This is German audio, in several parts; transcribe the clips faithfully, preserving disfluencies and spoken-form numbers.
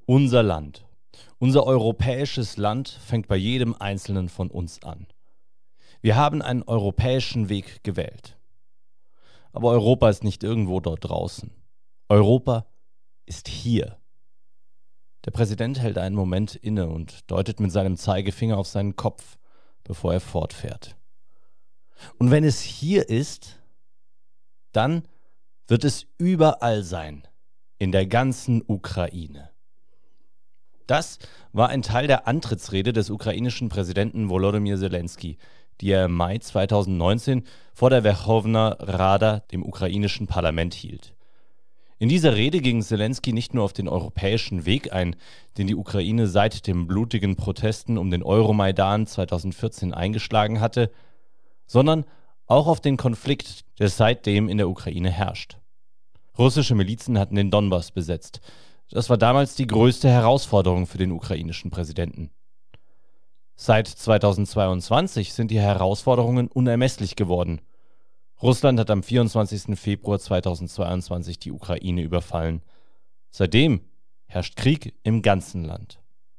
Unser Land, unser europäisches Land fängt bei jedem Einzelnen von uns an. Wir haben einen europäischen Weg gewählt. Aber Europa ist nicht irgendwo dort draußen. Europa ist hier. Der Präsident hält einen Moment inne und deutet mit seinem Zeigefinger auf seinen Kopf, bevor er fortfährt. Und wenn es hier ist, dann wird es überall sein, in der ganzen Ukraine. Das war ein Teil der Antrittsrede des ukrainischen Präsidenten Volodymyr Zelensky, die er im Mai zweitausendneunzehn vor der Werchowna Rada, dem ukrainischen Parlament, hielt. In dieser Rede ging Zelensky nicht nur auf den europäischen Weg ein, den die Ukraine seit den blutigen Protesten um den Euromaidan zweitausendvierzehn eingeschlagen hatte, sondern auch auf den Konflikt, der seitdem in der Ukraine herrscht. Russische Milizen hatten den Donbass besetzt. Das war damals die größte Herausforderung für den ukrainischen Präsidenten. Seit zweitausendzweiundzwanzig sind die Herausforderungen unermesslich geworden. Russland hat am vierundzwanzigsten Februar zweitausendzweiundzwanzig die Ukraine überfallen. Seitdem herrscht Krieg im ganzen Land.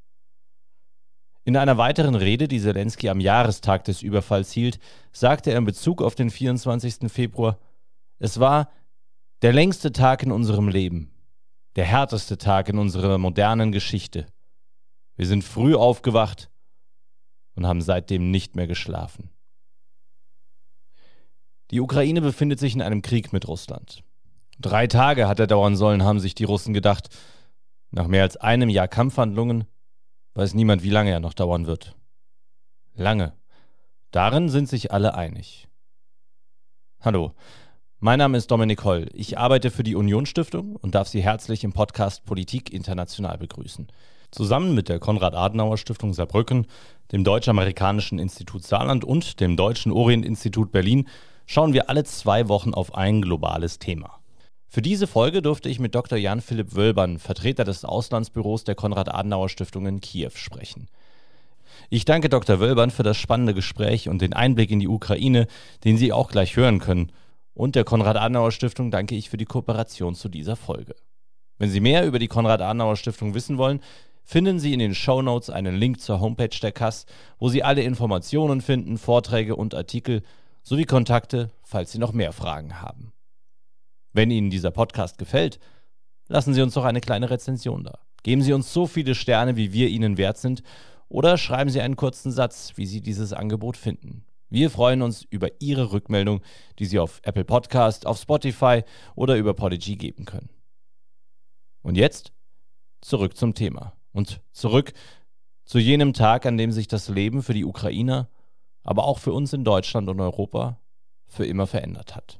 In einer weiteren Rede, die Zelensky am Jahrestag des Überfalls hielt, sagte er in Bezug auf den vierundzwanzigsten Februar: Es war der längste Tag in unserem Leben, der härteste Tag in unserer modernen Geschichte. Wir sind früh aufgewacht und haben seitdem nicht mehr geschlafen. Die Ukraine befindet sich in einem Krieg mit Russland. Drei Tage hat er dauern sollen, haben sich die Russen gedacht. Nach mehr als einem Jahr Kampfhandlungen weiß niemand, wie lange er noch dauern wird. Lange. Darin sind sich alle einig. Hallo, mein Name ist Dominik Holl. Ich arbeite für die Union-Stiftung und darf Sie herzlich im Podcast Politik International begrüßen. Zusammen mit der Konrad-Adenauer-Stiftung Saarbrücken, dem Deutsch-Amerikanischen Institut Saarland und dem Deutschen Orient-Institut Berlin schauen wir alle zwei Wochen auf ein globales Thema. Für diese Folge durfte ich mit Doktor Jan-Philipp Wölbern, Vertreter des Auslandsbüros der Konrad-Adenauer-Stiftung in Kiew, sprechen. Ich danke Doktor Wölbern für das spannende Gespräch und den Einblick in die Ukraine, den Sie auch gleich hören können. Und der Konrad-Adenauer-Stiftung danke ich für die Kooperation zu dieser Folge. Wenn Sie mehr über die Konrad-Adenauer-Stiftung wissen wollen, finden Sie in den Shownotes einen Link zur Homepage der K A S, wo Sie alle Informationen finden, Vorträge und Artikel sowie Kontakte, falls Sie noch mehr Fragen haben. Wenn Ihnen dieser Podcast gefällt, lassen Sie uns doch eine kleine Rezension da. Geben Sie uns so viele Sterne, wie wir Ihnen wert sind, oder schreiben Sie einen kurzen Satz, wie Sie dieses Angebot finden. Wir freuen uns über Ihre Rückmeldung, die Sie auf Apple Podcast, auf Spotify oder über Podigy geben können. Und jetzt zurück zum Thema und zurück zu jenem Tag, an dem sich das Leben für die Ukrainer, aber auch für uns in Deutschland und Europa für immer verändert hat.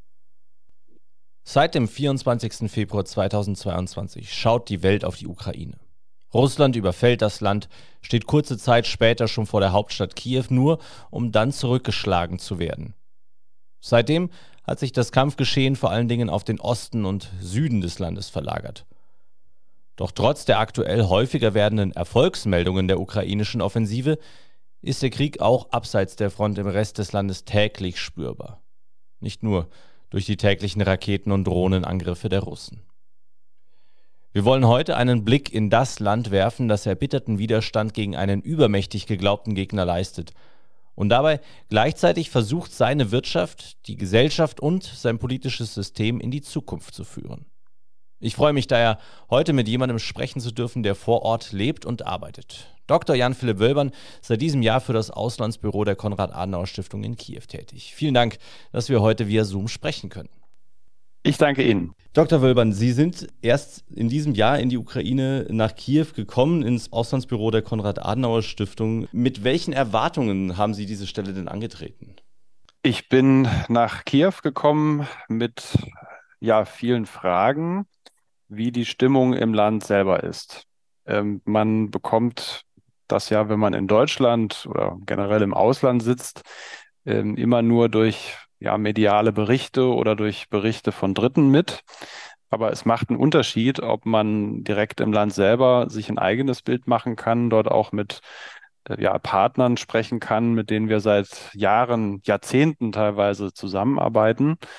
Seit dem vierundzwanzigsten Februar zweitausendzweiundzwanzig schaut die Welt auf die Ukraine. Russland überfällt das Land, steht kurze Zeit später schon vor der Hauptstadt Kiew, nur um dann zurückgeschlagen zu werden. Seitdem hat sich das Kampfgeschehen vor allen Dingen auf den Osten und Süden des Landes verlagert. Doch trotz der aktuell häufiger werdenden Erfolgsmeldungen der ukrainischen Offensive ist der Krieg auch abseits der Front im Rest des Landes täglich spürbar. Nicht nur durch die täglichen Raketen- und Drohnenangriffe der Russen. Wir wollen heute einen Blick in das Land werfen, das erbitterten Widerstand gegen einen übermächtig geglaubten Gegner leistet und dabei gleichzeitig versucht, seine Wirtschaft, die Gesellschaft und sein politisches System in die Zukunft zu führen. Ich freue mich daher, heute mit jemandem sprechen zu dürfen, der vor Ort lebt und arbeitet. Doktor Jan-Philipp Wölbern, seit diesem Jahr für das Auslandsbüro der Konrad-Adenauer-Stiftung in Kiew tätig. Vielen Dank, dass wir heute via Zoom sprechen können. Ich danke Ihnen. Doktor Wölbern, Sie sind erst in diesem Jahr in die Ukraine nach Kiew gekommen, ins Auslandsbüro der Konrad-Adenauer-Stiftung. Mit welchen Erwartungen haben Sie diese Stelle denn angetreten? Ich bin nach Kiew gekommen mit ja, vielen Fragen, wie die Stimmung im Land selber ist. Ähm, man bekommt das ja, wenn man in Deutschland oder generell im Ausland sitzt, ähm, immer nur durch ja, mediale Berichte oder durch Berichte von Dritten mit. Aber es macht einen Unterschied, ob man direkt im Land selber sich ein eigenes Bild machen kann, dort auch mit äh, ja, Partnern sprechen kann, mit denen wir seit Jahren, Jahrzehnten teilweise zusammenarbeiten.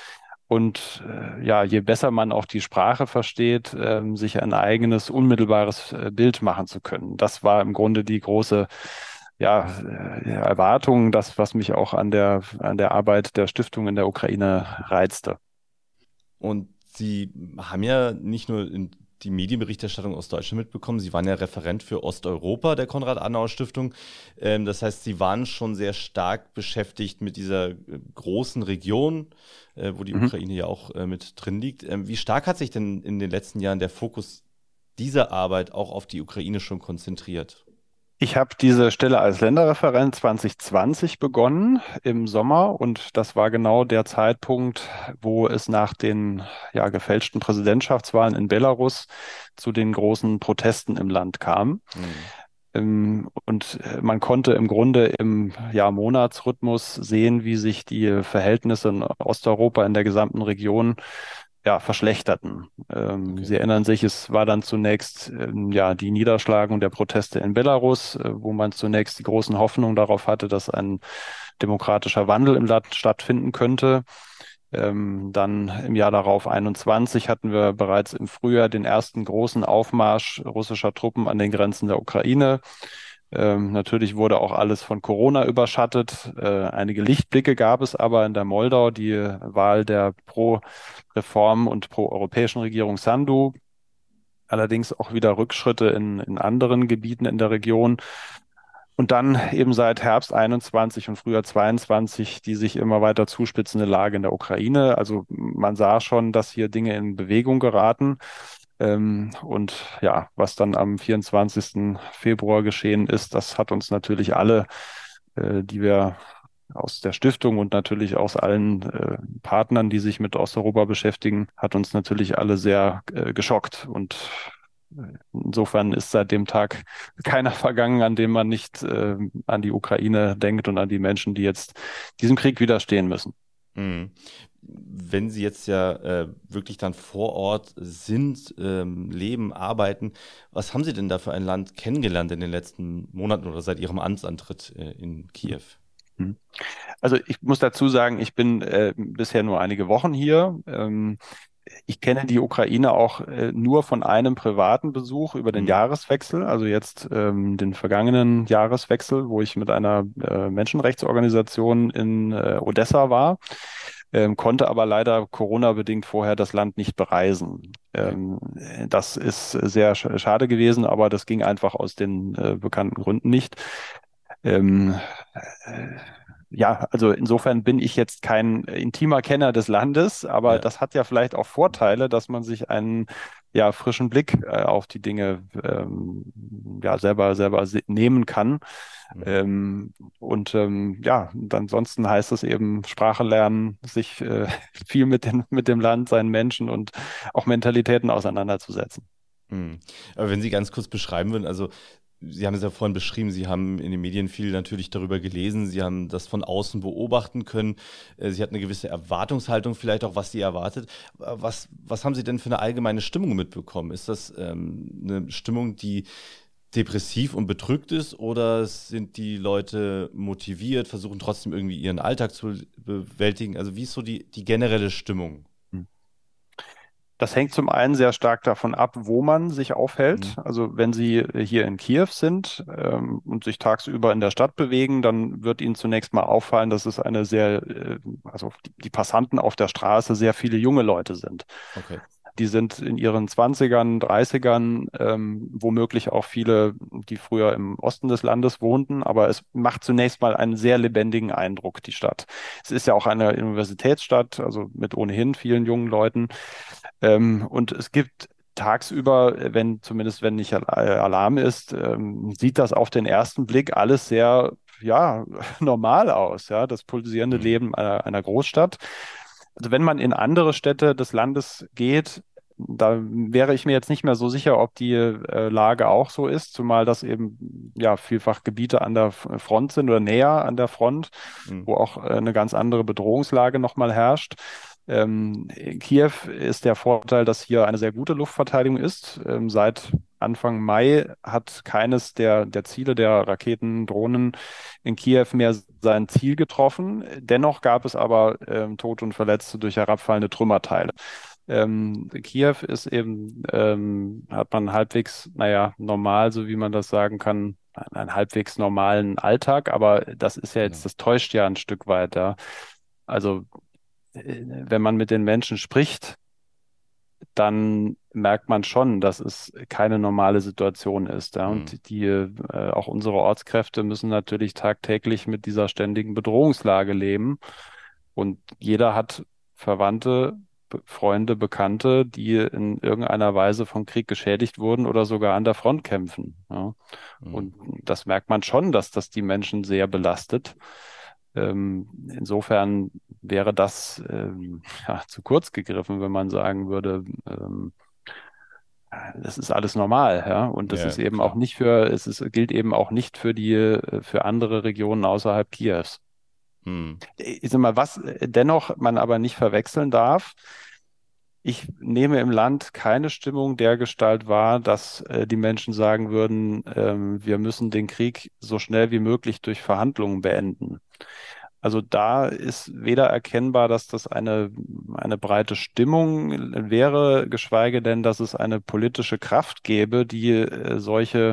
und äh, ja, je besser man auch die Sprache versteht, ähm, sich ein eigenes, unmittelbares äh, Bild machen zu können. Das war im Grunde die große ja, äh, Erwartung, das, was mich auch an der, an der Arbeit der Stiftung in der Ukraine reizte. Und Sie haben ja nicht nur in die Medienberichterstattung aus Deutschland mitbekommen, Sie waren ja Referent für Osteuropa der Konrad-Adenauer-Stiftung. Ähm, das heißt, Sie waren schon sehr stark beschäftigt mit dieser äh, großen Region, äh, wo die Mhm. Ukraine ja auch äh, mit drin liegt. Ähm, wie stark hat sich denn in den letzten Jahren der Fokus dieser Arbeit auch auf die Ukraine schon konzentriert? Ich habe diese Stelle als Länderreferent zwanzig zwanzig begonnen im Sommer und das war genau der Zeitpunkt, wo es nach den ja, gefälschten Präsidentschaftswahlen in Belarus zu den großen Protesten im Land kam. Hm. Ähm, Und äh, man konnte im Grunde im ja, Monatsrhythmus sehen, wie sich die Verhältnisse in Osteuropa in der gesamten Region ja, verschlechterten. Ähm, Okay. Sie erinnern sich, es war dann zunächst ähm, ja, die Niederschlagung der Proteste in Belarus, äh, wo man zunächst die großen Hoffnungen darauf hatte, dass ein demokratischer Wandel im Land stattfinden könnte. Ähm, dann im Jahr darauf einundzwanzig hatten wir bereits im Frühjahr den ersten großen Aufmarsch russischer Truppen an den Grenzen der Ukraine. Ähm, natürlich wurde auch alles von Corona überschattet. Äh, einige Lichtblicke gab es aber in der Moldau, die Wahl der Pro-Reform und pro-europäischen Regierung Sandu. Allerdings auch wieder Rückschritte in, in anderen Gebieten in der Region. Und dann eben seit Herbst einundzwanzig und Frühjahr zweiundzwanzig die sich immer weiter zuspitzende Lage in der Ukraine. Also man sah schon, dass hier Dinge in Bewegung geraten. Ähm, und ja, was dann am vierundzwanzigsten Februar geschehen ist, das hat uns natürlich alle, äh, die wir aus der Stiftung und natürlich aus allen äh, Partnern, die sich mit Osteuropa beschäftigen, hat uns natürlich alle sehr äh, geschockt. Und äh, insofern ist seit dem Tag keiner vergangen, an dem man nicht äh, an die Ukraine denkt und an die Menschen, die jetzt diesem Krieg widerstehen müssen. Mhm. Wenn Sie jetzt ja äh, wirklich dann vor Ort sind, ähm, leben, arbeiten, was haben Sie denn da für ein Land kennengelernt in den letzten Monaten oder seit Ihrem Amtsantritt äh, in Kiew? Hm. Also ich muss dazu sagen, ich bin äh, bisher nur einige Wochen hier. Ähm, ich kenne die Ukraine auch äh, nur von einem privaten Besuch über den Mhm. Jahreswechsel, also jetzt ähm, den vergangenen Jahreswechsel, wo ich mit einer äh, Menschenrechtsorganisation in äh, Odessa war, ähm, konnte aber leider Corona-bedingt vorher das Land nicht bereisen. Okay. Ähm, das ist sehr sch schade gewesen, aber das ging einfach aus den äh, bekannten Gründen nicht. Ähm, äh, ja, also insofern bin ich jetzt kein intimer Kenner des Landes, aber Ja. das hat ja vielleicht auch Vorteile, dass man sich einen ja, frischen Blick äh, auf die Dinge ähm, ja, selber, selber se- nehmen kann. Mhm. Ähm, und ähm, ja, und ansonsten heißt es eben Sprache lernen, sich äh, viel mit den, mit dem Land, seinen Menschen und auch Mentalitäten auseinanderzusetzen. Mhm. Aber wenn Sie ganz kurz beschreiben würden, also Sie haben es ja vorhin beschrieben, Sie haben in den Medien viel natürlich darüber gelesen, Sie haben das von außen beobachten können, äh, Sie hatten eine gewisse Erwartungshaltung vielleicht auch, was Sie erwartet. Äh, Was, was haben Sie denn für eine allgemeine Stimmung mitbekommen? Ist das ähm, eine Stimmung, die depressiv und bedrückt ist oder sind die Leute motiviert, versuchen trotzdem irgendwie ihren Alltag zu bewältigen? Also wie ist so die, die generelle Stimmung? Das hängt zum einen sehr stark davon ab, wo man sich aufhält. Mhm. Also wenn Sie hier in Kiew sind ähm, und sich tagsüber in der Stadt bewegen, dann wird Ihnen zunächst mal auffallen, dass es eine sehr, äh, also die, die Passanten auf der Straße sehr viele junge Leute sind. Okay. Die sind in ihren Zwanzigern, Dreißigern, ähm, womöglich auch viele, die früher im Osten des Landes wohnten. Aber es macht zunächst mal einen sehr lebendigen Eindruck, die Stadt. Es ist ja auch eine Universitätsstadt, also mit ohnehin vielen jungen Leuten. Ähm, und es gibt tagsüber, wenn, zumindest wenn nicht Al- Alarm ist, ähm, sieht das auf den ersten Blick alles sehr, ja, normal aus, ja, das pulsierende Mhm. Leben einer, einer Großstadt. Also wenn man in andere Städte des Landes geht, da wäre ich mir jetzt nicht mehr so sicher, ob die äh, Lage auch so ist, zumal das eben ja vielfach Gebiete an der F- Front sind oder näher an der Front, Mhm. wo auch äh, eine ganz andere Bedrohungslage nochmal herrscht. Ähm, in Kiew ist der Vorteil, dass hier eine sehr gute Luftverteidigung ist. Ähm, seit Anfang Mai hat keines der, der Ziele der Raketen, Drohnen in Kiew mehr sein Ziel getroffen. Dennoch gab es aber ähm, Tote und Verletzte durch herabfallende Trümmerteile. Ähm, Kiew ist eben, ähm, hat man halbwegs, naja, normal, so wie man das sagen kann, einen halbwegs normalen Alltag, aber das ist ja jetzt, Genau. das täuscht ja ein Stück weit, ja. Also, äh, wenn man mit den Menschen spricht, dann merkt man schon, dass es keine normale Situation ist. Ja? Hm. Und die, äh, auch unsere Ortskräfte müssen natürlich tagtäglich mit dieser ständigen Bedrohungslage leben. Und jeder hat Verwandte, Be- Freunde, Bekannte, die in irgendeiner Weise vom Krieg geschädigt wurden oder sogar an der Front kämpfen. Ja? Hm. Und das merkt man schon, dass das die Menschen sehr belastet. Ähm, insofern wäre das ähm, ja, zu kurz gegriffen, wenn man sagen würde, ähm, das ist alles normal, ja. Und das ist Ja, eben auch klar. nicht für, es ist, gilt eben auch nicht für die, äh, für andere Regionen außerhalb Kiews. Hm. Ich sag mal, was äh, dennoch man aber nicht verwechseln darf, ich nehme im Land keine Stimmung der Gestalt wahr, dass äh, die Menschen sagen würden, ähm, wir müssen den Krieg so schnell wie möglich durch Verhandlungen beenden. Also da ist weder erkennbar, dass das eine, eine breite Stimmung wäre, geschweige denn, dass es eine politische Kraft gäbe, die äh, solche,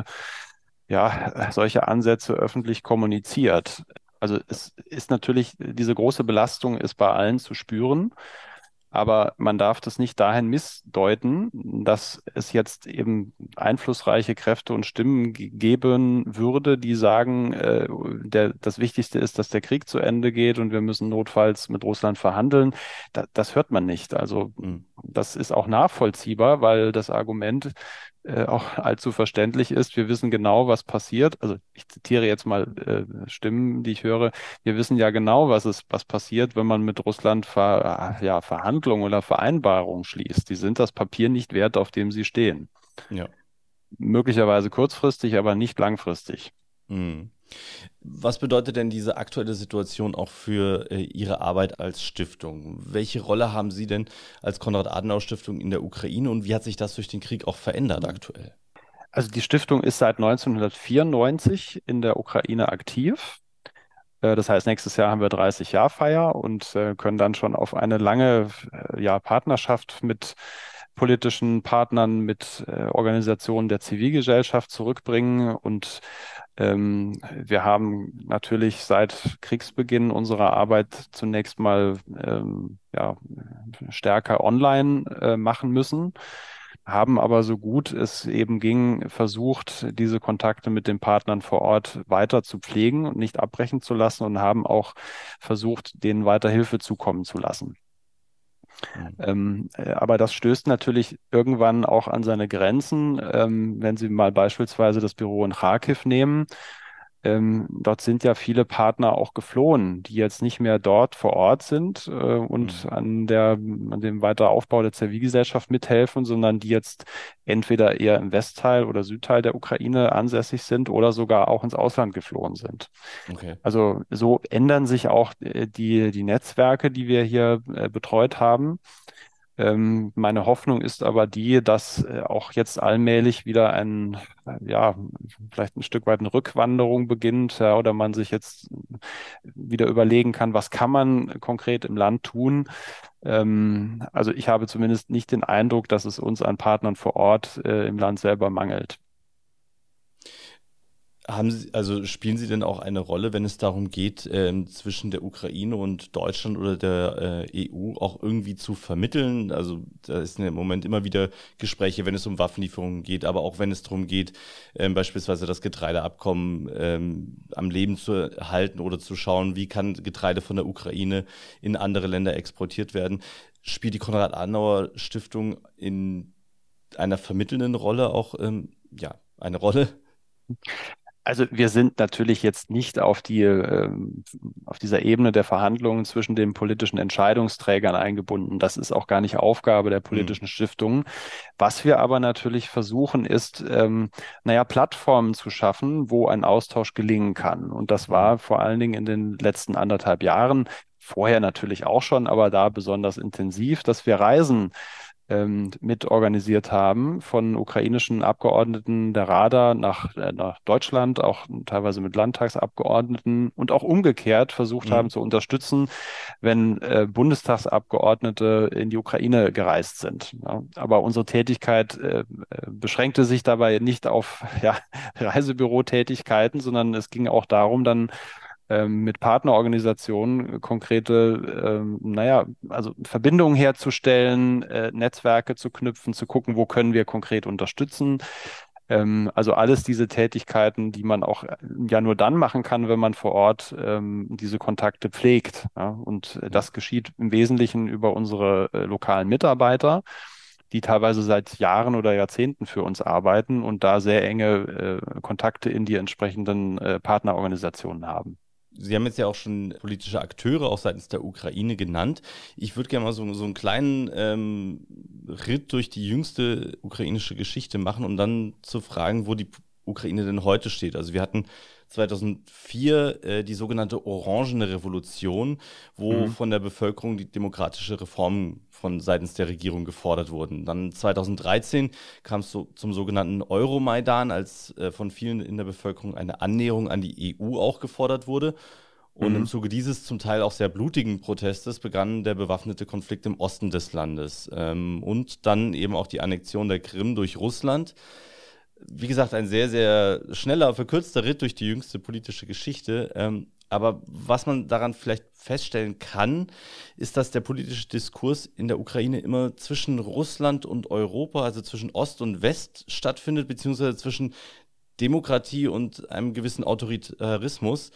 ja, solche Ansätze öffentlich kommuniziert. Also es ist natürlich, diese große Belastung ist bei allen zu spüren. Aber man darf das nicht dahin missdeuten, dass es jetzt eben einflussreiche Kräfte und Stimmen ge- geben würde, die sagen, äh, der, das Wichtigste ist, dass der Krieg zu Ende geht und wir müssen notfalls mit Russland verhandeln. Da, das hört man nicht. Also Hm. das ist auch nachvollziehbar, weil das Argument äh, auch allzu verständlich ist. Wir wissen genau, was passiert. Also ich zitiere jetzt mal äh, Stimmen, die ich höre. Wir wissen ja genau, was es, was passiert, wenn man mit Russland Ver, ja, Verhandlungen oder Vereinbarungen schließt. Die sind das Papier nicht wert, auf dem sie stehen. Ja. Möglicherweise kurzfristig, aber nicht langfristig. Hm. Was bedeutet denn diese aktuelle Situation auch für äh, Ihre Arbeit als Stiftung? Welche Rolle haben Sie denn als Konrad-Adenauer-Stiftung in der Ukraine und wie hat sich das durch den Krieg auch verändert aktuell? Also die Stiftung ist seit neunzehnhundertvierundneunzig in der Ukraine aktiv. Äh, Das heißt, nächstes Jahr haben wir dreißig Jahr Feier und äh, können dann schon auf eine lange äh, ja, Partnerschaft mit politischen Partnern, mit äh, Organisationen der Zivilgesellschaft zurückbringen. Und ähm, wir haben natürlich seit Kriegsbeginn unserer Arbeit zunächst mal ähm, ja, stärker online äh, machen müssen, haben aber so gut es eben ging, versucht, diese Kontakte mit den Partnern vor Ort weiter zu pflegen und nicht abbrechen zu lassen und haben auch versucht, denen weiter Hilfe zukommen zu lassen. Hm. Ähm, äh, aber das stößt natürlich irgendwann auch an seine Grenzen. Ähm, wenn Sie mal beispielsweise das Büro in Kharkiv nehmen, ähm, dort sind ja viele Partner auch geflohen, die jetzt nicht mehr dort vor Ort sind äh, und Hm. an der, an dem Weiteraufbau der Zivilgesellschaft mithelfen, sondern die jetzt entweder eher im Westteil oder Südteil der Ukraine ansässig sind oder sogar auch ins Ausland geflohen sind. Okay. Also so ändern sich auch äh, die, die Netzwerke, die wir hier äh, betreut haben. Ähm, meine Hoffnung ist aber die, dass äh, auch jetzt allmählich wieder ein, äh, ja, vielleicht ein Stück weit eine Rückwanderung beginnt, ja, oder man sich jetzt wieder überlegen kann, was kann man konkret im Land tun. Ähm, also ich habe zumindest nicht den Eindruck, dass es uns an Partnern vor Ort äh, im Land selber mangelt. Haben Sie, also spielen Sie denn auch eine Rolle, wenn es darum geht, ähm, zwischen der Ukraine und Deutschland oder der äh, E U auch irgendwie zu vermitteln? Also da ist im Moment immer wieder Gespräche, wenn es um Waffenlieferungen geht, aber auch wenn es darum geht, ähm, beispielsweise das Getreideabkommen ähm, am Leben zu halten oder zu schauen, wie kann Getreide von der Ukraine in andere Länder exportiert werden. Spielt die Konrad-Adenauer-Stiftung in einer vermittelnden Rolle auch ähm, ja, eine Rolle? Also wir sind natürlich jetzt nicht auf die, ähm, auf dieser Ebene der Verhandlungen zwischen den politischen Entscheidungsträgern eingebunden. Das ist auch gar nicht Aufgabe der Hm. politischen Stiftungen. Was wir aber natürlich versuchen, ist, ähm, naja, Plattformen zu schaffen, wo ein Austausch gelingen kann. Und das Hm. war vor allen Dingen in den letzten anderthalb Jahren, vorher natürlich auch schon, aber da besonders intensiv, dass wir Reisen ähm, mitorganisiert haben, von ukrainischen Abgeordneten der Rada nach, äh, nach Deutschland, auch teilweise mit Landtagsabgeordneten und auch umgekehrt versucht haben Mhm. zu unterstützen, wenn äh, Bundestagsabgeordnete in die Ukraine gereist sind. Ja. Aber unsere Tätigkeit äh, äh, beschränkte sich dabei nicht auf ja, Reisebürotätigkeiten, sondern es ging auch darum, dann ähm, mit Partnerorganisationen konkrete, ähm, naja, also Verbindungen herzustellen, äh, Netzwerke zu knüpfen, zu gucken, wo können wir konkret unterstützen. Ähm, also alles diese Tätigkeiten, die man auch äh, ja nur dann machen kann, wenn man vor Ort ähm, diese Kontakte pflegt. Ja? Und äh, Ja. das geschieht im Wesentlichen über unsere äh, lokalen Mitarbeiter, die teilweise seit Jahren oder Jahrzehnten für uns arbeiten und da sehr enge äh, Kontakte in die entsprechenden äh, Partnerorganisationen haben. Sie haben jetzt ja auch schon politische Akteure auch seitens der Ukraine genannt. Ich würde gerne mal so, so einen kleinen ähm, Ritt durch die jüngste ukrainische Geschichte machen, um dann zu fragen, wo die Ukraine denn heute steht. Also wir hatten zweitausendvier äh, die sogenannte Orangene Revolution, wo Mhm. von der Bevölkerung die demokratische Reformen von seitens der Regierung gefordert wurden. Dann zweitausenddreizehn kam es so, zum sogenannten Euromaidan, als äh, von vielen in der Bevölkerung eine Annäherung an die E U auch gefordert wurde. Und im Mhm. Zuge dieses zum Teil auch sehr blutigen Protestes begann der bewaffnete Konflikt im Osten des Landes. Ähm, und dann eben auch die Annexion der Krim durch Russland. Wie gesagt, ein sehr, sehr schneller, verkürzter Ritt durch die jüngste politische Geschichte. Ähm, aber was man daran vielleicht feststellen kann, ist, dass der politische Diskurs in der Ukraine immer zwischen Russland und Europa, also zwischen Ost und West stattfindet, beziehungsweise zwischen Demokratie und einem gewissen Autoritarismus.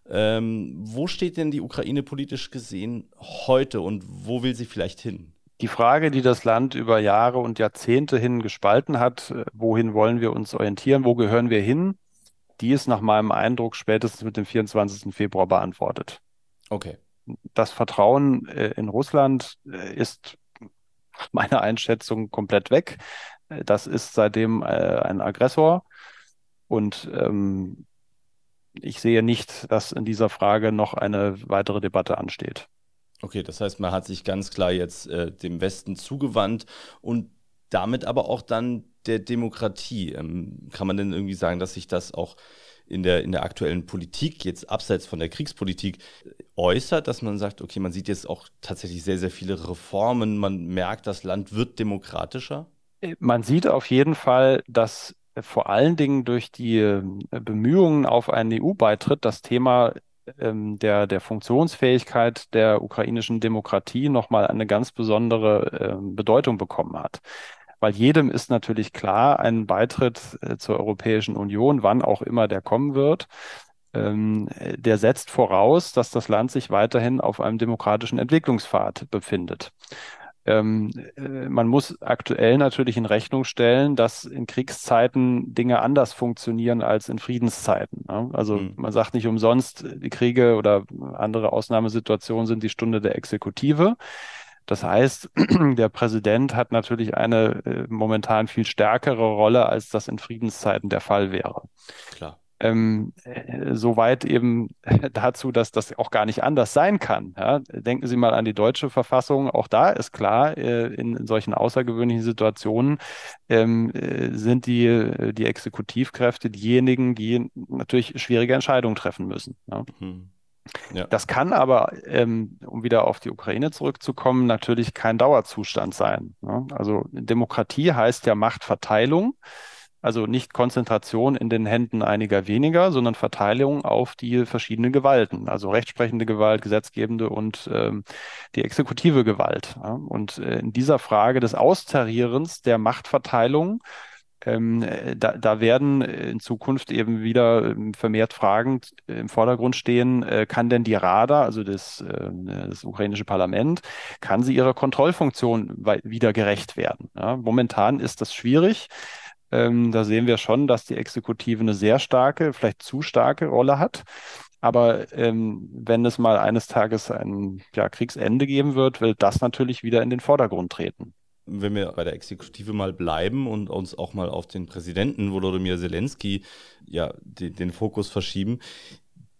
Ähm, wo steht denn die Ukraine politisch gesehen heute und wo will sie vielleicht hin? Die Frage, die das Land über Jahre und Jahrzehnte hin gespalten hat, äh, wohin wollen wir uns orientieren, wo gehören wir hin, die ist nach meinem Eindruck spätestens mit dem vierundzwanzigsten Februar beantwortet. Okay. Das Vertrauen äh, in Russland äh, ist meiner Einschätzung komplett weg. Äh, Das ist seitdem äh, ein Aggressor und ähm, ich sehe nicht, dass in dieser Frage noch eine weitere Debatte ansteht. Okay, das heißt, man hat sich ganz klar jetzt äh, dem Westen zugewandt und damit aber auch dann der Demokratie. Ähm, kann man denn irgendwie sagen, dass sich das auch in der, in der aktuellen Politik, jetzt abseits von der Kriegspolitik, äh, äußert, dass man sagt, okay, man sieht jetzt auch tatsächlich sehr, sehr viele Reformen, man merkt, das Land wird demokratischer? Man sieht auf jeden Fall, dass vor allen Dingen durch die äh, Bemühungen auf einen E U-Beitritt das Thema ähm, der, der Funktionsfähigkeit der ukrainischen Demokratie nochmal eine ganz besondere ähm, Bedeutung bekommen hat. Weil jedem ist natürlich klar, ein Beitritt äh, zur Europäischen Union, wann auch immer der kommen wird, ähm, der setzt voraus, dass das Land sich weiterhin auf einem demokratischen Entwicklungspfad befindet. Ähm, äh, man muss aktuell natürlich in Rechnung stellen, dass in Kriegszeiten Dinge anders funktionieren als in Friedenszeiten. Ne? Also Hm. man sagt nicht umsonst, die Kriege oder andere Ausnahmesituationen sind die Stunde der Exekutive. Das heißt, der Präsident hat natürlich eine äh, momentan viel stärkere Rolle, als das in Friedenszeiten der Fall wäre. Klar. Ähm, äh, soweit eben dazu, dass das auch gar nicht anders sein kann. Ja? Denken Sie mal an die deutsche Verfassung. Auch da ist klar, äh, in, in solchen außergewöhnlichen Situationen ähm, äh, sind die, äh, die Exekutivkräfte diejenigen, die natürlich schwierige Entscheidungen treffen müssen. Ja? Hm. Ja. Das kann aber, ähm, um wieder auf die Ukraine zurückzukommen, natürlich kein Dauerzustand sein. Ne? Also Demokratie heißt ja Machtverteilung. Also nicht Konzentration in den Händen einiger weniger, sondern Verteilung auf die verschiedenen Gewalten, also rechtsprechende Gewalt, gesetzgebende und ähm, die exekutive Gewalt. Ja? Und äh, in dieser Frage des Austarierens der Machtverteilung ähm, äh, da, da werden in Zukunft eben wieder ähm, vermehrt Fragen im Vordergrund stehen, äh, kann denn die Rada, also das, äh, das ukrainische Parlament, kann sie ihrer Kontrollfunktion wei- wieder gerecht werden? Ja, momentan ist das schwierig. Ähm, da sehen wir schon, dass die Exekutive eine sehr starke, vielleicht zu starke Rolle hat. Aber ähm, wenn es mal eines Tages ein ja, Kriegsende geben wird, wird das natürlich wieder in den Vordergrund treten. Wenn wir bei der Exekutive mal bleiben und uns auch mal auf den Präsidenten Volodymyr Zelensky ja, den, den Fokus verschieben,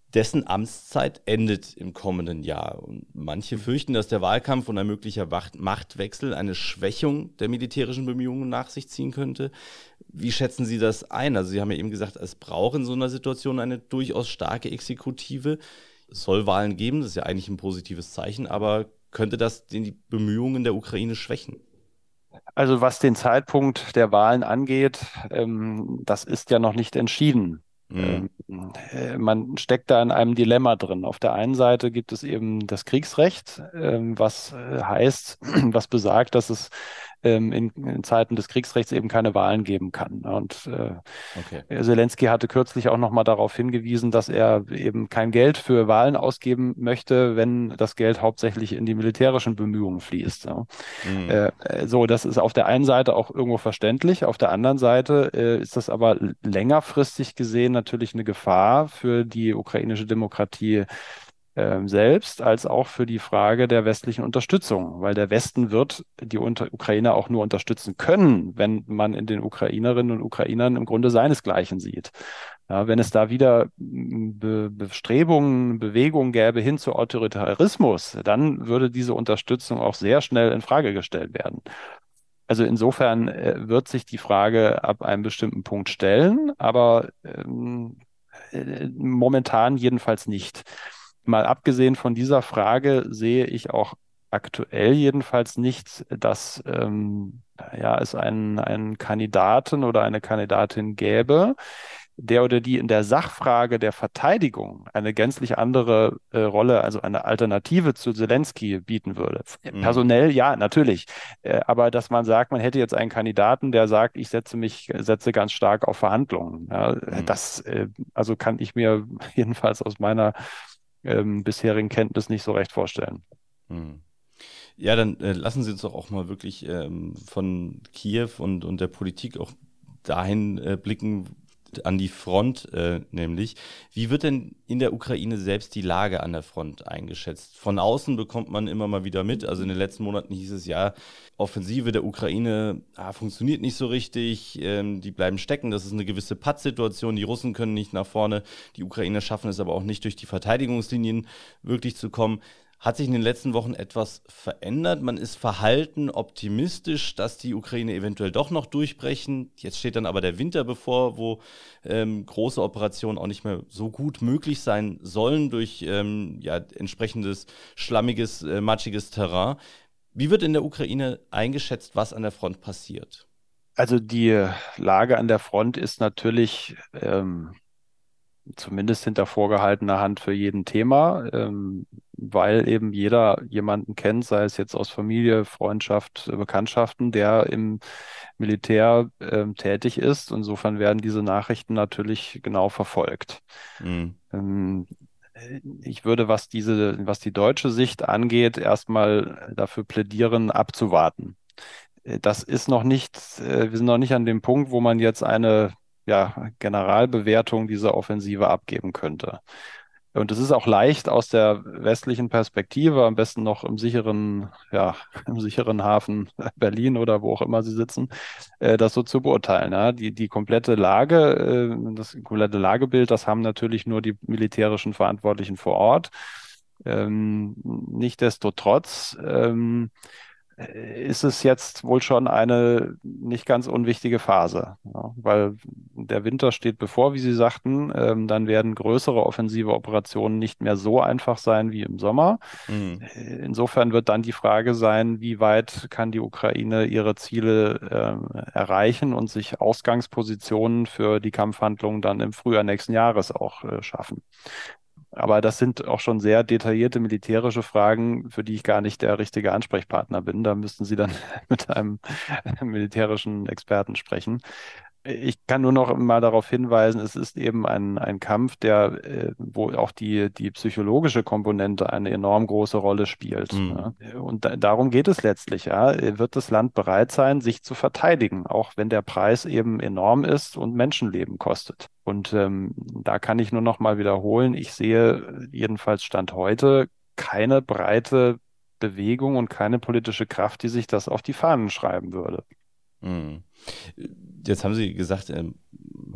Dessen Amtszeit endet im kommenden Jahr. Und manche fürchten, dass der Wahlkampf und ein möglicher Machtwechsel eine Schwächung der militärischen Bemühungen nach sich ziehen könnte. Wie schätzen Sie das ein? Also Sie haben ja eben gesagt, es braucht in so einer Situation eine durchaus starke Exekutive. Es soll Wahlen geben, das ist ja eigentlich ein positives Zeichen, aber könnte das die Bemühungen der Ukraine schwächen? Also was den Zeitpunkt der Wahlen angeht, ähm, das ist ja noch nicht entschieden. Mhm. Ähm, äh, man steckt da in einem Dilemma drin. Auf der einen Seite gibt es eben das Kriegsrecht, ähm, was äh, heißt, was besagt, dass es ähm, in, in Zeiten des Kriegsrechts eben keine Wahlen geben kann. Und äh, Okay. Zelensky hatte kürzlich auch noch mal darauf hingewiesen, dass er eben kein Geld für Wahlen ausgeben möchte, wenn das Geld hauptsächlich in die militärischen Bemühungen fließt. Ja. Mhm. Äh, so, das ist auf der einen Seite auch irgendwo verständlich, auf der anderen Seite äh, ist das aber längerfristig gesehen natürlich eine Gefahr für die ukrainische Demokratie ähm, selbst, als auch für die Frage der westlichen Unterstützung, weil der Westen wird die unter Ukraine auch nur unterstützen können, wenn man in den Ukrainerinnen und Ukrainern im Grunde seinesgleichen sieht. Ja, wenn es da wieder Be Bestrebungen, Bewegungen gäbe hin zu Autoritarismus, dann würde diese Unterstützung auch sehr schnell in Frage gestellt werden. Also insofern äh, wird sich die Frage ab einem bestimmten Punkt stellen, aber ähm, äh, momentan jedenfalls nicht. Mal abgesehen von dieser Frage sehe ich auch aktuell jedenfalls nicht, dass ähm, ja, es einen, einen Kandidaten oder eine Kandidatin gäbe, der oder die in der Sachfrage der Verteidigung eine gänzlich andere äh, Rolle, also eine Alternative zu Zelensky bieten würde. Mhm. Personell, ja, natürlich. Äh, aber dass man sagt, man hätte jetzt einen Kandidaten, der sagt, ich setze mich, setze ganz stark auf Verhandlungen. Ja, Mhm. das, äh, also kann ich mir jedenfalls aus meiner ähm, bisherigen Kenntnis nicht so recht vorstellen. Mhm. Ja, dann äh, lassen Sie uns doch auch mal wirklich ähm, von Kiew und, und der Politik auch dahin äh, blicken, an die Front äh, nämlich. Wie wird denn in der Ukraine selbst die Lage an der Front eingeschätzt? Von außen bekommt man immer mal wieder mit. Also in den letzten Monaten hieß es ja, Offensive der Ukraine ah, funktioniert nicht so richtig. Ähm, die bleiben stecken. Das ist eine gewisse Pattsituation. Die Russen können nicht nach vorne. Die Ukrainer schaffen es aber auch nicht, durch die Verteidigungslinien wirklich zu kommen. Hat sich in den letzten Wochen etwas verändert? Man ist verhalten optimistisch, dass die Ukraine eventuell doch noch durchbrechen. Jetzt steht dann aber der Winter bevor, wo ähm, große Operationen auch nicht mehr so gut möglich sein sollen durch ähm, ja, entsprechendes schlammiges, äh, matschiges Terrain. Wie wird in der Ukraine eingeschätzt, was an der Front passiert? Also die Lage an der Front ist natürlich ähm, zumindest hinter vorgehaltener Hand für jeden Thema, ähm, weil eben jeder jemanden kennt, sei es jetzt aus Familie, Freundschaft, äh, Bekanntschaften, der im Militär ähm, tätig ist. Insofern werden diese Nachrichten natürlich genau verfolgt. Mhm. Ähm, Ich würde, was diese, was die deutsche Sicht angeht, erstmal dafür plädieren, abzuwarten. Äh, Das ist noch nicht, äh, wir sind noch nicht an dem Punkt, wo man jetzt eine ja, Generalbewertung dieser Offensive abgeben könnte. Und es ist auch leicht aus der westlichen Perspektive, am besten noch im sicheren, ja, im sicheren Hafen Berlin oder wo auch immer Sie sitzen, äh, das so zu beurteilen. Ja. Die, die komplette Lage, äh, das komplette Lagebild, das haben natürlich nur die militärischen Verantwortlichen vor Ort. Ähm, nichtsdestotrotz, ähm, ist es jetzt wohl schon eine nicht ganz unwichtige Phase, ja, weil der Winter steht bevor, wie Sie sagten. Ähm, dann werden größere offensive Operationen nicht mehr so einfach sein wie im Sommer. Mhm. Insofern wird dann die Frage sein, wie weit kann die Ukraine ihre Ziele ähm, erreichen und sich Ausgangspositionen für die Kampfhandlungen dann im Frühjahr nächsten Jahres auch äh, schaffen. Aber das sind auch schon sehr detaillierte militärische Fragen, für die ich gar nicht der richtige Ansprechpartner bin. Da müssten Sie dann mit einem militärischen Experten sprechen. Ich kann nur noch mal darauf hinweisen, es ist eben ein, ein Kampf, der, äh, wo auch die, die psychologische Komponente eine enorm große Rolle spielt. Mhm. Ja. Und da, darum geht es letztlich, ja. Wird das Land bereit sein, sich zu verteidigen, auch wenn der Preis eben enorm ist und Menschenleben kostet? Und ähm, da kann ich nur noch mal wiederholen, ich sehe jedenfalls Stand heute keine breite Bewegung und keine politische Kraft, die sich das auf die Fahnen schreiben würde. Mhm. Jetzt haben Sie gesagt, ähm,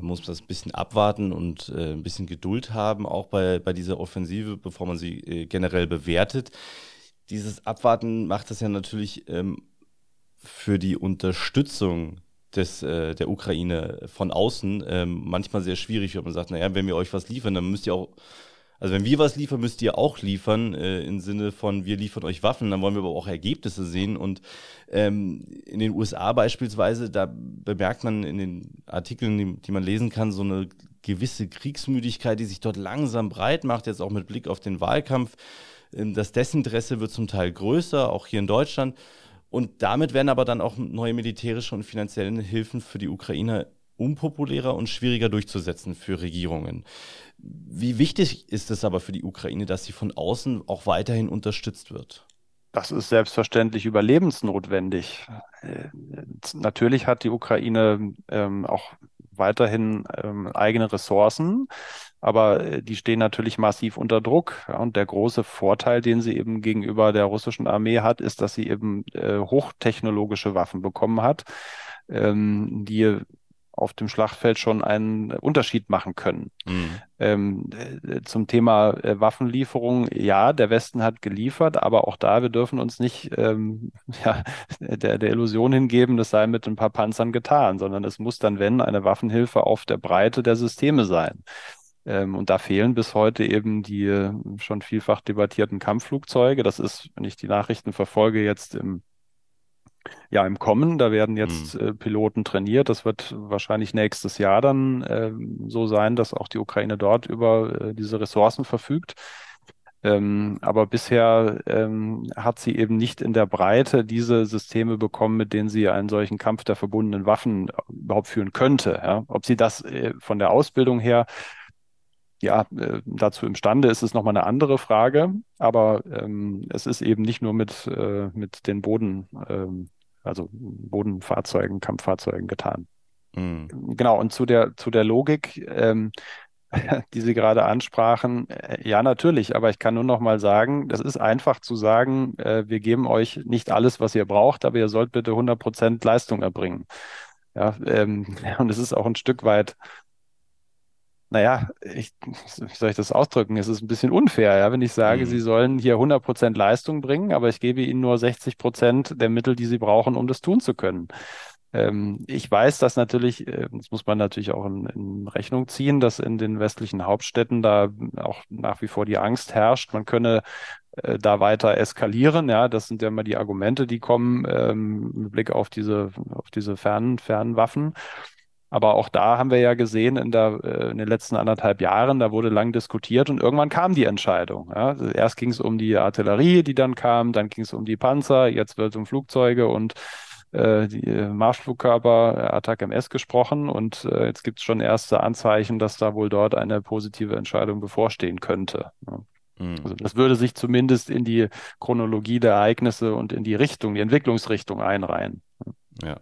man muss das ein bisschen abwarten und äh, ein bisschen Geduld haben, auch bei, bei dieser Offensive, bevor man sie äh, generell bewertet. Dieses Abwarten macht es ja natürlich ähm, für die Unterstützung des, äh, der Ukraine von außen ähm, manchmal sehr schwierig, wenn man sagt, naja, wenn wir euch was liefern, dann müsst ihr auch, also wenn wir was liefern, müsst ihr auch liefern, äh, im Sinne von, wir liefern euch Waffen, dann wollen wir aber auch Ergebnisse sehen. Und ähm, in den U S A beispielsweise, da bemerkt man in den Artikeln, die, die man lesen kann, so eine gewisse Kriegsmüdigkeit, die sich dort langsam breit macht, jetzt auch mit Blick auf den Wahlkampf. Ähm, das Desinteresse wird zum Teil größer, auch hier in Deutschland. Und damit werden aber dann auch neue militärische und finanzielle Hilfen für die Ukrainer unpopulärer und schwieriger durchzusetzen für Regierungen. Wie wichtig ist es aber für die Ukraine, dass sie von außen auch weiterhin unterstützt wird? Das ist selbstverständlich überlebensnotwendig. Äh, Natürlich hat die Ukraine ähm, auch weiterhin ähm, eigene Ressourcen, aber äh, die stehen natürlich massiv unter Druck. Ja, und der große Vorteil, den sie eben gegenüber der russischen Armee hat, ist, dass sie eben äh, hochtechnologische Waffen bekommen hat, ähm, die auf dem Schlachtfeld schon einen Unterschied machen können. Mhm. Ähm, äh, zum Thema äh, Waffenlieferung, ja, der Westen hat geliefert, aber auch da, wir dürfen uns nicht ähm, ja, der, der Illusion hingeben, das sei mit ein paar Panzern getan, sondern es muss dann, wenn, eine Waffenhilfe auf der Breite der Systeme sein. Ähm, und da fehlen bis heute eben die äh, schon vielfach debattierten Kampfflugzeuge. Das ist, wenn ich die Nachrichten verfolge, jetzt im ja, im Kommen, da werden jetzt Mhm. äh, Piloten trainiert. Das wird wahrscheinlich nächstes Jahr dann ähm, so sein, dass auch die Ukraine dort über äh, diese Ressourcen verfügt. Ähm, aber bisher ähm, hat sie eben nicht in der Breite diese Systeme bekommen, mit denen sie einen solchen Kampf der verbundenen Waffen überhaupt führen könnte. Ja? Ob sie das äh, von der Ausbildung her ja, äh, dazu imstande ist, ist nochmal eine andere Frage. Aber ähm, es ist eben nicht nur mit, äh, mit den Boden, ähm, also Bodenfahrzeugen, Kampffahrzeugen getan. Mhm. Genau, und zu der, zu der Logik, ähm, die Sie gerade ansprachen, äh, ja, natürlich, aber ich kann nur noch mal sagen, das ist einfach zu sagen, äh, wir geben euch nicht alles, was ihr braucht, aber ihr sollt bitte hundert Prozent Leistung erbringen. Ja, ähm, und es ist auch ein Stück weit naja, ich, wie soll ich das ausdrücken? Es ist ein bisschen unfair, ja, wenn ich sage, Sie Mhm. sollen hier hundert Prozent Leistung bringen, aber ich gebe Ihnen nur sechzig Prozent der Mittel, die Sie brauchen, um das tun zu können. Ähm, ich weiß, dass natürlich, äh, das muss man natürlich auch in, in Rechnung ziehen, dass in den westlichen Hauptstädten da auch nach wie vor die Angst herrscht, man könne äh, da weiter eskalieren. Ja, das sind ja immer die Argumente, die kommen ähm, mit Blick auf diese, auf diese fernen, fernen Waffen. Aber auch da haben wir ja gesehen in der, äh, in den letzten anderthalb Jahren, da wurde lang diskutiert und irgendwann kam die Entscheidung. Ja. Also erst ging es um die Artillerie, die dann kam, dann ging es um die Panzer, jetzt wird es um Flugzeuge und äh, die äh, Marschflugkörper, äh, Attac M S gesprochen und äh, jetzt gibt es schon erste Anzeichen, dass da wohl dort eine positive Entscheidung bevorstehen könnte. Ja. Mhm. Also das würde sich zumindest in die Chronologie der Ereignisse und in die Richtung, die Entwicklungsrichtung einreihen. Ja.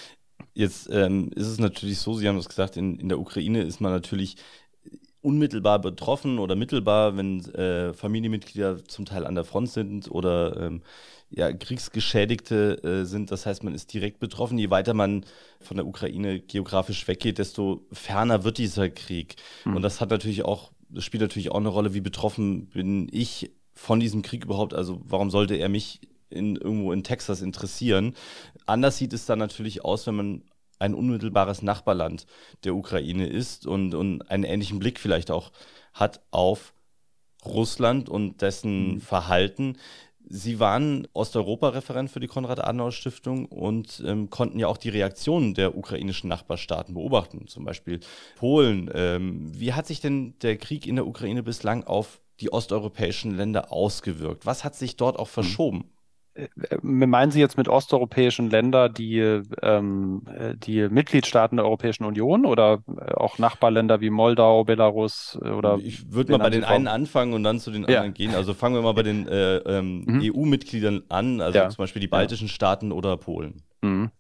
Jetzt ähm, ist es natürlich so, Sie haben es gesagt, in, in der Ukraine ist man natürlich unmittelbar betroffen oder mittelbar, wenn äh, Familienmitglieder zum Teil an der Front sind oder ähm, ja, Kriegsgeschädigte äh, sind. Das heißt, man ist direkt betroffen. Je weiter man von der Ukraine geografisch weggeht, desto ferner wird dieser Krieg. Und Hm. das hat natürlich auch, das spielt natürlich auch eine Rolle, wie betroffen bin ich von diesem Krieg überhaupt. Also warum sollte er mich in, irgendwo in Texas interessieren? Anders sieht es dann natürlich aus, wenn man ein unmittelbares Nachbarland der Ukraine ist und, und einen ähnlichen Blick vielleicht auch hat auf Russland und dessen Hm. Verhalten. Sie waren Osteuropa-Referent für die Konrad-Adenauer-Stiftung und ähm, konnten ja auch die Reaktionen der ukrainischen Nachbarstaaten beobachten, zum Beispiel Polen. Ähm, wie hat sich denn der Krieg in der Ukraine bislang auf die osteuropäischen Länder ausgewirkt? Was hat sich dort auch Hm. verschoben? Äh, Meinen Sie jetzt mit osteuropäischen Ländern die, ähm, äh, die Mitgliedstaaten der Europäischen Union oder äh, auch Nachbarländer wie Moldau, Belarus äh, oder Ich würde mal wen bei haben Sie den einen vor? anfangen und dann zu den Ja, anderen gehen. Also fangen wir mal bei den äh, ähm, mhm. E U-Mitgliedern an, also Ja, zum Beispiel die ja. baltischen Staaten oder Polen. Mhm.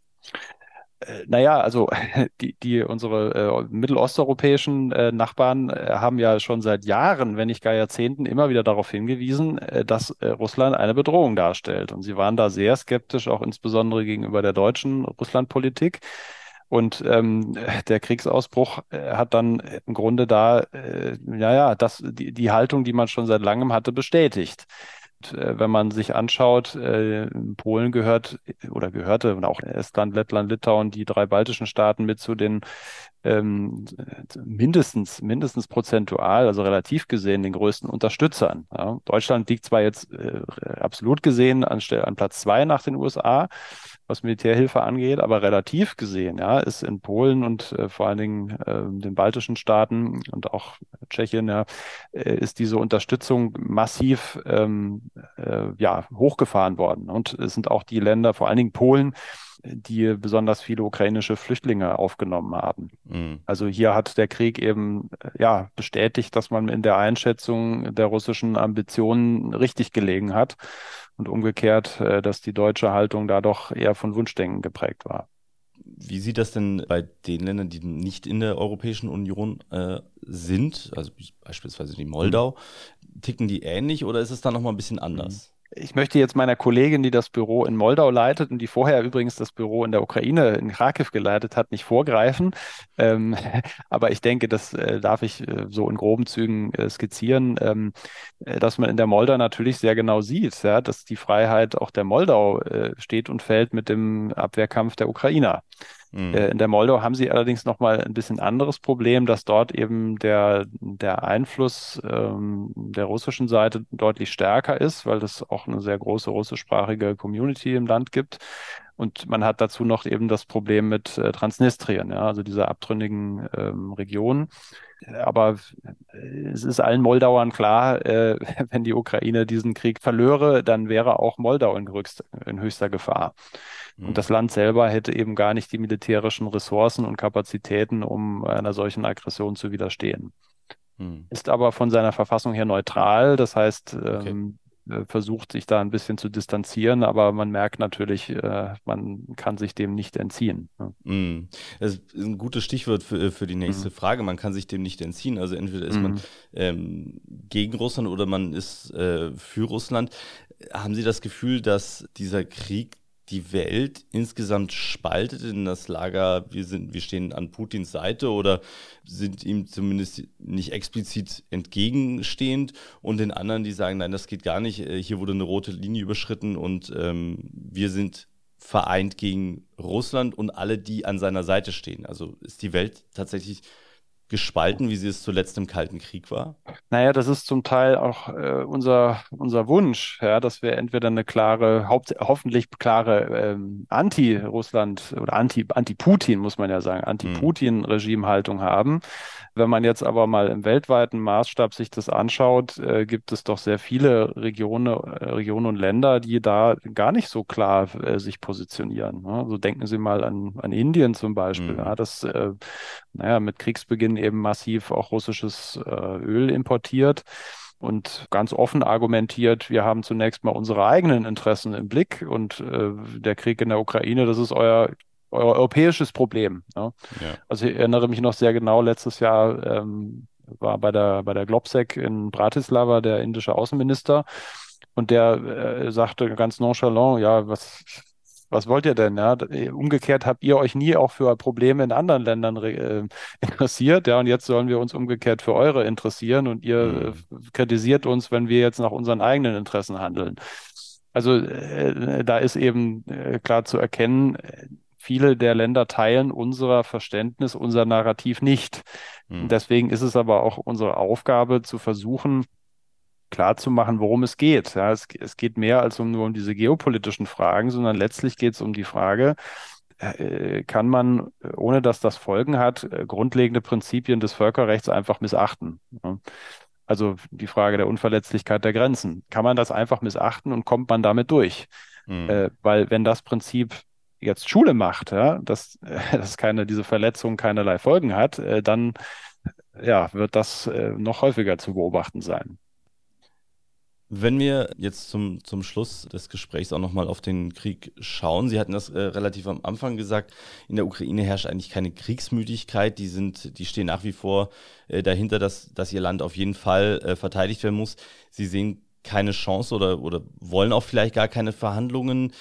Äh, Naja, also die, die unsere äh, mittelosteuropäischen äh, Nachbarn äh, haben ja schon seit Jahren, wenn nicht gar Jahrzehnten, immer wieder darauf hingewiesen, äh, dass äh, Russland eine Bedrohung darstellt. Und sie waren da sehr skeptisch, auch insbesondere gegenüber der deutschen Russlandpolitik. Und ähm, der Kriegsausbruch äh, hat dann im Grunde da, äh, ja, ja, das, die, die Haltung, die man schon seit langem hatte, bestätigt. Und, äh, wenn man sich anschaut, äh, Polen gehört oder gehörte und auch Estland, Lettland, Litauen, die drei baltischen Staaten mit zu den ähm, mindestens, mindestens prozentual, also relativ gesehen, den größten Unterstützern. Ja. Deutschland liegt zwar jetzt äh, absolut gesehen an, Stelle, an Platz zwei nach den U S A, was Militärhilfe angeht, aber relativ gesehen, ja, ist in Polen und äh, vor allen Dingen äh, den baltischen Staaten und auch Tschechien, ja, äh, ist diese Unterstützung massiv ähm, äh, ja, hochgefahren worden. Und es sind auch die Länder, vor allen Dingen Polen, die besonders viele ukrainische Flüchtlinge aufgenommen haben. Mhm. Also hier hat der Krieg eben äh, ja bestätigt, dass man in der Einschätzung der russischen Ambitionen richtig gelegen hat und umgekehrt, äh, dass die deutsche Haltung da doch eher von Wunschdenken geprägt war. Wie sieht das denn bei den Ländern, die nicht in der Europäischen Union äh, sind, also beispielsweise die Moldau, ticken die ähnlich oder ist es da nochmal ein bisschen Mhm. anders? Ich möchte jetzt meiner Kollegin, die das Büro in Moldau leitet und die vorher übrigens das Büro in der Ukraine in Kharkiv geleitet hat, nicht vorgreifen. Ähm, aber ich denke, das äh, darf ich äh, so in groben Zügen äh, skizzieren, ähm, äh, dass man in der Moldau natürlich sehr genau sieht, ja, dass die Freiheit auch der Moldau äh, steht und fällt mit dem Abwehrkampf der Ukrainer. Mhm. Äh, In der Moldau haben sie allerdings nochmal ein bisschen anderes Problem, dass dort eben der, der Einfluss ähm, der russischen Seite deutlich stärker ist, weil es auch eine sehr große russischsprachige Community im Land gibt. Und man hat dazu noch eben das Problem mit äh, Transnistrien, ja, also dieser abtrünnigen ähm, Region. Aber äh, es ist allen Moldauern klar, äh, wenn die Ukraine diesen Krieg verlöre, dann wäre auch Moldau in, höchst, in höchster Gefahr. Und Mhm. das Land selber hätte eben gar nicht die militärischen Ressourcen und Kapazitäten, um einer solchen Aggression zu widerstehen. Mhm. Ist aber von seiner Verfassung her neutral, das heißt, Okay. ähm, äh, versucht sich da ein bisschen zu distanzieren, aber man merkt natürlich, äh, man kann sich dem nicht entziehen. Ne? Mhm. Das ist ein gutes Stichwort für, für die nächste Mhm. Frage. Man kann sich dem nicht entziehen. Also entweder ist man Mhm. ähm, gegen Russland oder man ist äh, für Russland. Haben Sie das Gefühl, dass dieser Krieg die Welt insgesamt spaltet in das Lager, wir sind, wir stehen an Putins Seite oder sind ihm zumindest nicht explizit entgegenstehend und den anderen, die sagen, nein, das geht gar nicht, äh, hier wurde eine rote Linie überschritten und ähm, wir sind vereint gegen Russland und alle, die an seiner Seite stehen. Also ist die Welt tatsächlich gespalten, wie sie es zuletzt im Kalten Krieg war? Naja, das ist zum Teil auch äh, unser, unser Wunsch, ja, dass wir entweder eine klare, haupt, hoffentlich klare ähm, Anti-Russland oder Anti, Anti-Putin, muss man ja sagen, Hm. Anti-Putin-Regime-Haltung haben. Wenn man jetzt aber mal im weltweiten Maßstab sich das anschaut, äh, gibt es doch sehr viele Regionen, äh, Regionen und Länder, die da gar nicht so klar äh, sich positionieren. Ne? So denken Sie mal an, an Indien zum Beispiel, ja, Hm. das äh, naja, mit Kriegsbeginn eben massiv auch russisches äh, Öl importiert und ganz offen argumentiert, wir haben zunächst mal unsere eigenen Interessen im Blick und äh, der Krieg in der Ukraine, das ist euer, euer europäisches Problem. Ne? Ja. Also ich erinnere mich noch sehr genau, letztes Jahr ähm, war bei der, bei der Globsec in Bratislava der indische Außenminister und der äh, sagte ganz nonchalant, ja, was, was wollt ihr denn? Ja? Umgekehrt habt ihr euch nie auch für Probleme in anderen Ländern äh, interessiert, ja, und jetzt sollen wir uns umgekehrt für eure interessieren und ihr Hm. äh, kritisiert uns, wenn wir jetzt nach unseren eigenen Interessen handeln. Also äh, da ist eben äh, klar zu erkennen, äh, viele der Länder teilen unser Verständnis, unser Narrativ nicht. Und Hm. deswegen ist es aber auch unsere Aufgabe zu versuchen, klarzumachen, worum es geht. Ja, es, es geht mehr als um nur um diese geopolitischen Fragen, sondern letztlich geht es um die Frage, äh, kann man, äh, ohne dass das Folgen hat, äh, grundlegende Prinzipien des Völkerrechts einfach missachten. Ja. Also die Frage der Unverletzlichkeit der Grenzen. Kann man das einfach missachten und kommt man damit durch? Hm. Äh, weil wenn das Prinzip jetzt Schule macht, ja, dass, äh, dass keine, diese Verletzung keinerlei Folgen hat, äh, dann ja, wird das äh, noch häufiger zu beobachten sein. Wenn wir jetzt zum, zum Schluss des Gesprächs auch nochmal auf den Krieg schauen, Sie hatten das äh, relativ am Anfang gesagt, in der Ukraine herrscht eigentlich keine Kriegsmüdigkeit, die sind, die stehen nach wie vor äh, dahinter, dass, dass ihr Land auf jeden Fall äh, verteidigt werden muss. Sie sehen keine Chance oder, oder wollen auch vielleicht gar keine Verhandlungen.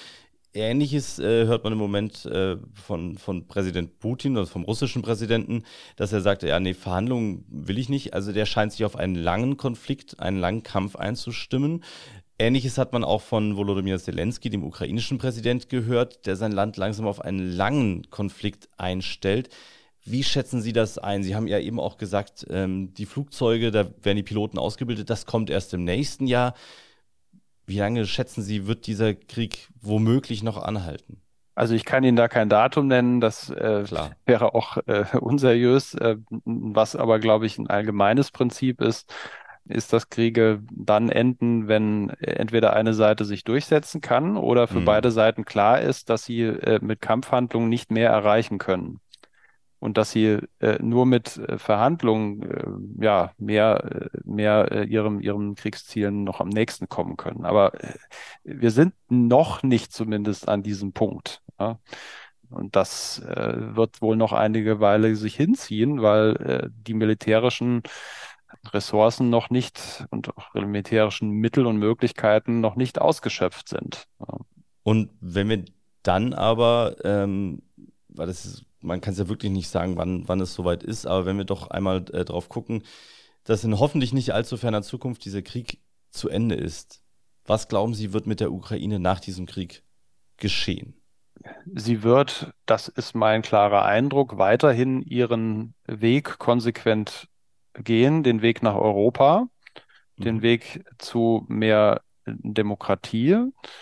Ähnliches äh, hört man im Moment äh, von, von Präsident Putin, also vom russischen Präsidenten, dass er sagte, ja, nee, Verhandlungen will ich nicht. Also der scheint sich auf einen langen Konflikt, einen langen Kampf einzustimmen. Ähnliches hat man auch von Volodymyr Zelensky, dem ukrainischen Präsident, gehört, der sein Land langsam auf einen langen Konflikt einstellt. Wie schätzen Sie das ein? Sie haben ja eben auch gesagt, ähm, die Flugzeuge, da werden die Piloten ausgebildet, das kommt erst im nächsten Jahr. Wie lange, schätzen Sie, wird dieser Krieg womöglich noch anhalten? Also ich kann Ihnen da kein Datum nennen, das äh, Klar. wäre auch äh, unseriös. Äh, was aber, glaube ich, ein allgemeines Prinzip ist, ist, dass Kriege dann enden, wenn entweder eine Seite sich durchsetzen kann oder für Mhm. beide Seiten klar ist, dass sie äh, mit Kampfhandlungen nicht mehr erreichen können. Und dass sie äh, nur mit äh, Verhandlungen äh, ja mehr, äh, mehr äh, ihrem, ihren Kriegszielen noch am nächsten kommen können. Aber äh, wir sind noch nicht zumindest an diesem Punkt. Ja? Und das äh, wird wohl noch einige Weile sich hinziehen, weil äh, die militärischen Ressourcen noch nicht und auch militärischen Mittel und Möglichkeiten noch nicht ausgeschöpft sind. Ja. Und wenn wir dann aber, ähm, weil das ist, man kann es ja wirklich nicht sagen, wann, wann es soweit ist, aber wenn wir doch einmal äh, drauf gucken, dass in hoffentlich nicht allzu ferner Zukunft dieser Krieg zu Ende ist, was glauben Sie, wird mit der Ukraine nach diesem Krieg geschehen? Sie wird, das ist mein klarer Eindruck, weiterhin ihren Weg konsequent gehen, den Weg nach Europa, den Mhm. Weg zu mehr Demokratie.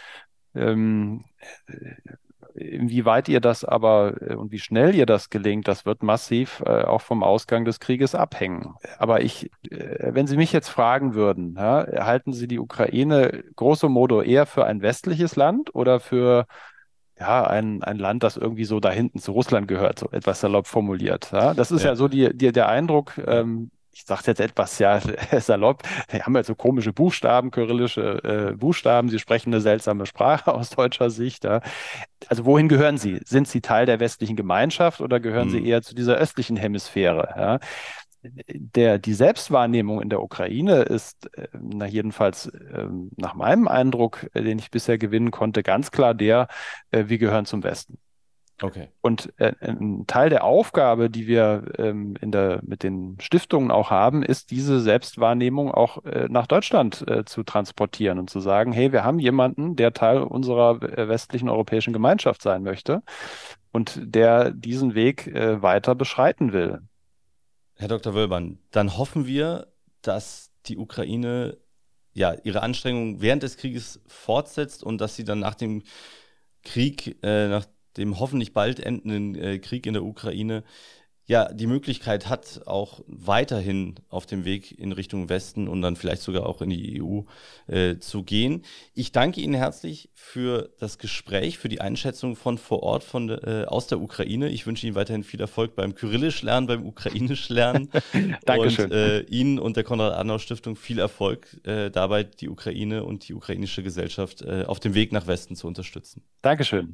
Ähm, Inwieweit ihr das aber äh, und wie schnell ihr das gelingt, das wird massiv äh, auch vom Ausgang des Krieges abhängen. Aber ich, äh, wenn Sie mich jetzt fragen würden, ja, halten Sie die Ukraine grosso modo eher für ein westliches Land oder für ja, ein, ein Land, das irgendwie so da hinten zu Russland gehört, so etwas salopp formuliert. Ja? Das ist ja Ja, so die, die, der Eindruck, ja. ähm, ich sage jetzt etwas ja salopp, wir haben ja so komische Buchstaben, kyrillische äh, Buchstaben, sie sprechen eine seltsame Sprache aus deutscher Sicht. Ja? Also wohin gehören sie? Sind sie Teil der westlichen Gemeinschaft oder gehören sie Mhm. eher zu dieser östlichen Hemisphäre? Ja? Der, die Selbstwahrnehmung in der Ukraine ist, äh, na jedenfalls äh, nach meinem Eindruck, äh, den ich bisher gewinnen konnte, ganz klar der, äh, wir gehören zum Westen. Okay. Und äh, ein Teil der Aufgabe, die wir ähm, in der, mit den Stiftungen auch haben, ist diese Selbstwahrnehmung auch äh, nach Deutschland äh, zu transportieren und zu sagen, hey, wir haben jemanden, der Teil unserer äh, westlichen europäischen Gemeinschaft sein möchte und der diesen Weg äh, weiter beschreiten will. Herr Doktor Wölbern, dann hoffen wir, dass die Ukraine ja ihre Anstrengungen während des Krieges fortsetzt und dass sie dann nach dem Krieg, äh, nach dem hoffentlich bald endenden äh, Krieg in der Ukraine, ja die Möglichkeit hat, auch weiterhin auf dem Weg in Richtung Westen und dann vielleicht sogar auch in die E U äh, zu gehen. Ich danke Ihnen herzlich für das Gespräch, für die Einschätzung von vor Ort von, äh, aus der Ukraine. Ich wünsche Ihnen weiterhin viel Erfolg beim Kyrillisch lernen, beim Ukrainisch lernen und Dankeschön. äh, Ihnen und der Konrad-Adenauer-Stiftung viel Erfolg äh, dabei, die Ukraine und die ukrainische Gesellschaft äh, auf dem Weg nach Westen zu unterstützen. Dankeschön.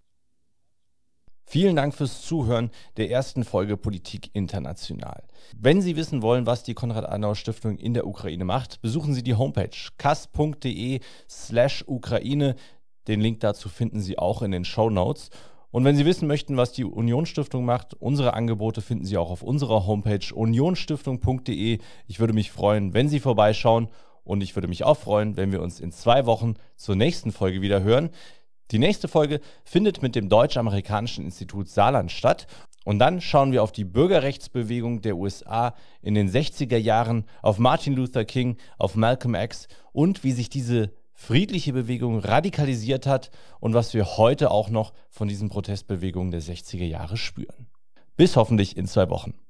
Vielen Dank fürs Zuhören der ersten Folge Politik International. Wenn Sie wissen wollen, was die Konrad-Adenauer-Stiftung in der Ukraine macht, besuchen Sie die Homepage kass.de slash Ukraine. Den Link dazu finden Sie auch in den Shownotes. Und wenn Sie wissen möchten, was die Union-Stiftung macht, unsere Angebote finden Sie auch auf unserer Homepage unionstiftung punkt de. Ich würde mich freuen, wenn Sie vorbeischauen und ich würde mich auch freuen, wenn wir uns in zwei Wochen zur nächsten Folge wieder hören. Die nächste Folge findet mit dem Deutsch-Amerikanischen Institut Saarland statt und dann schauen wir auf die Bürgerrechtsbewegung der U S A in den sechziger Jahren, auf Martin Luther King, auf Malcolm X und wie sich diese friedliche Bewegung radikalisiert hat und was wir heute auch noch von diesen Protestbewegungen der sechziger Jahre spüren. Bis hoffentlich in zwei Wochen.